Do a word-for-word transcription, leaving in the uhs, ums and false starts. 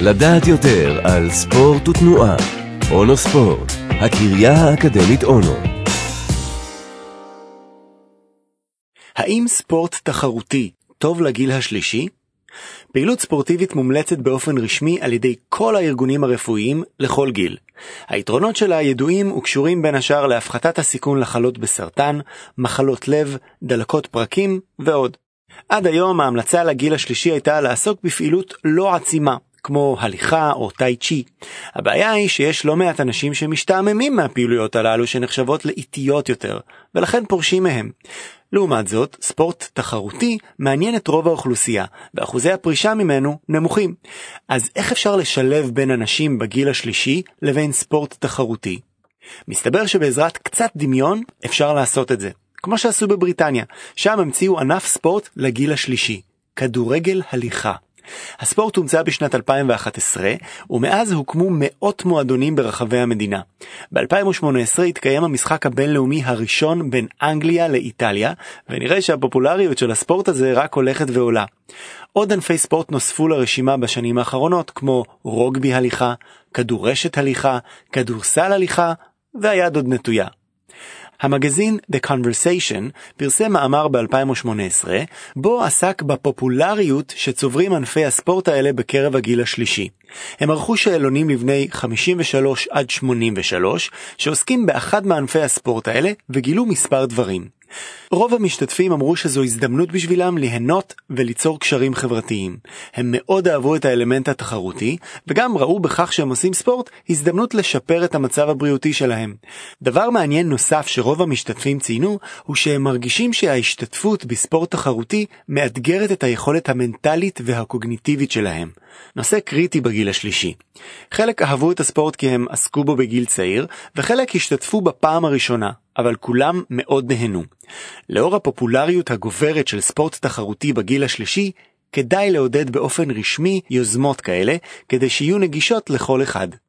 לדעת יותר על ספורט ותנועה. אונו ספורט, הקריה האקדמית אונו. האם ספורט תחרותי טוב לגיל השלישי? פעילות ספורטיבית מומלצת באופן רשמי על ידי כל הארגונים הרפואיים לכל גיל. היתרונות שלה ידועים וקשורים בין השאר להפחתת הסיכון לחלות בסרטן, מחלות לב, דלקות פרקים ועוד. עד היום ההמלצה לגיל השלישי הייתה לעסוק בפעילות לא עצימה, כמו הליכה או טאי צ'י. הבעיה היא שיש לא מעט אנשים שמשתעממים מהפעילויות הללו שנחשבות לאיטיות יותר, ולכן פורשים מהם. לעומת זאת, ספורט תחרותי מעניין את רוב האוכלוסייה, ואחוזי הפרישה ממנו נמוכים. אז איך אפשר לשלב בין אנשים בגיל השלישי לבין ספורט תחרותי? מסתבר שבעזרת קצת דמיון אפשר לעשות את זה. כמו שעשו בבריטניה, שם המציאו ענף ספורט לגיל השלישי, כדורגל הליכה. הספורט הומצא בשנת אלפיים ואחת עשרה, ומאז הוקמו מאות מועדונים ברחבי המדינה. ב-אלפיים ושמונה עשרה התקיים המשחק הבינלאומי הראשון בין אנגליה לאיטליה, ונראה שהפופולריות של הספורט הזה רק הולכת ועולה. עוד ענפי ספורט נוספו לרשימה בשנים האחרונות, כמו רוגבי הליכה, כדורשת הליכה, כדורסל הליכה, והיד עוד נטויה. המגזין The Conversation פרסם מאמר ב-אלפיים ושמונה עשרה, בו עסק בפופולריות שצוברים ענפי הספורט האלה בקרב הגיל השלישי. הם ערכו שאלונים לבני חמישים ושלוש עד שמונים ושלוש, שעוסקים באחד מענפי הספורט האלה וגילו מספר דברים. רוב המשתתפים אמרו שזו הזדמנות בשבילם ליהנות וליצור קשרים חברתיים. הם מאוד אהבו את האלמנט התחרותי, וגם ראו בכך שהם עושים ספורט הזדמנות לשפר את המצב הבריאותי שלהם. דבר מעניין נוסף שרוב המשתתפים ציינו, הוא שהם מרגישים שההשתתפות בספורט תחרותי מאתגרת את היכולת המנטלית והקוגניטיבית שלהם. נושא קריטי בגיל השלישי. חלק אהבו את הספורט כי הם עסקו בו בגיל צעיר, וחלק השתתפו בפעם הראשונה, אבל כולם מאוד נהנו. לאור הפופולריות הגוברת של ספורט תחרותי בגיל השלישי, כדאי לעודד באופן רשמי יוזמות כאלה, כדי שיהיו נגישות לכל אחד.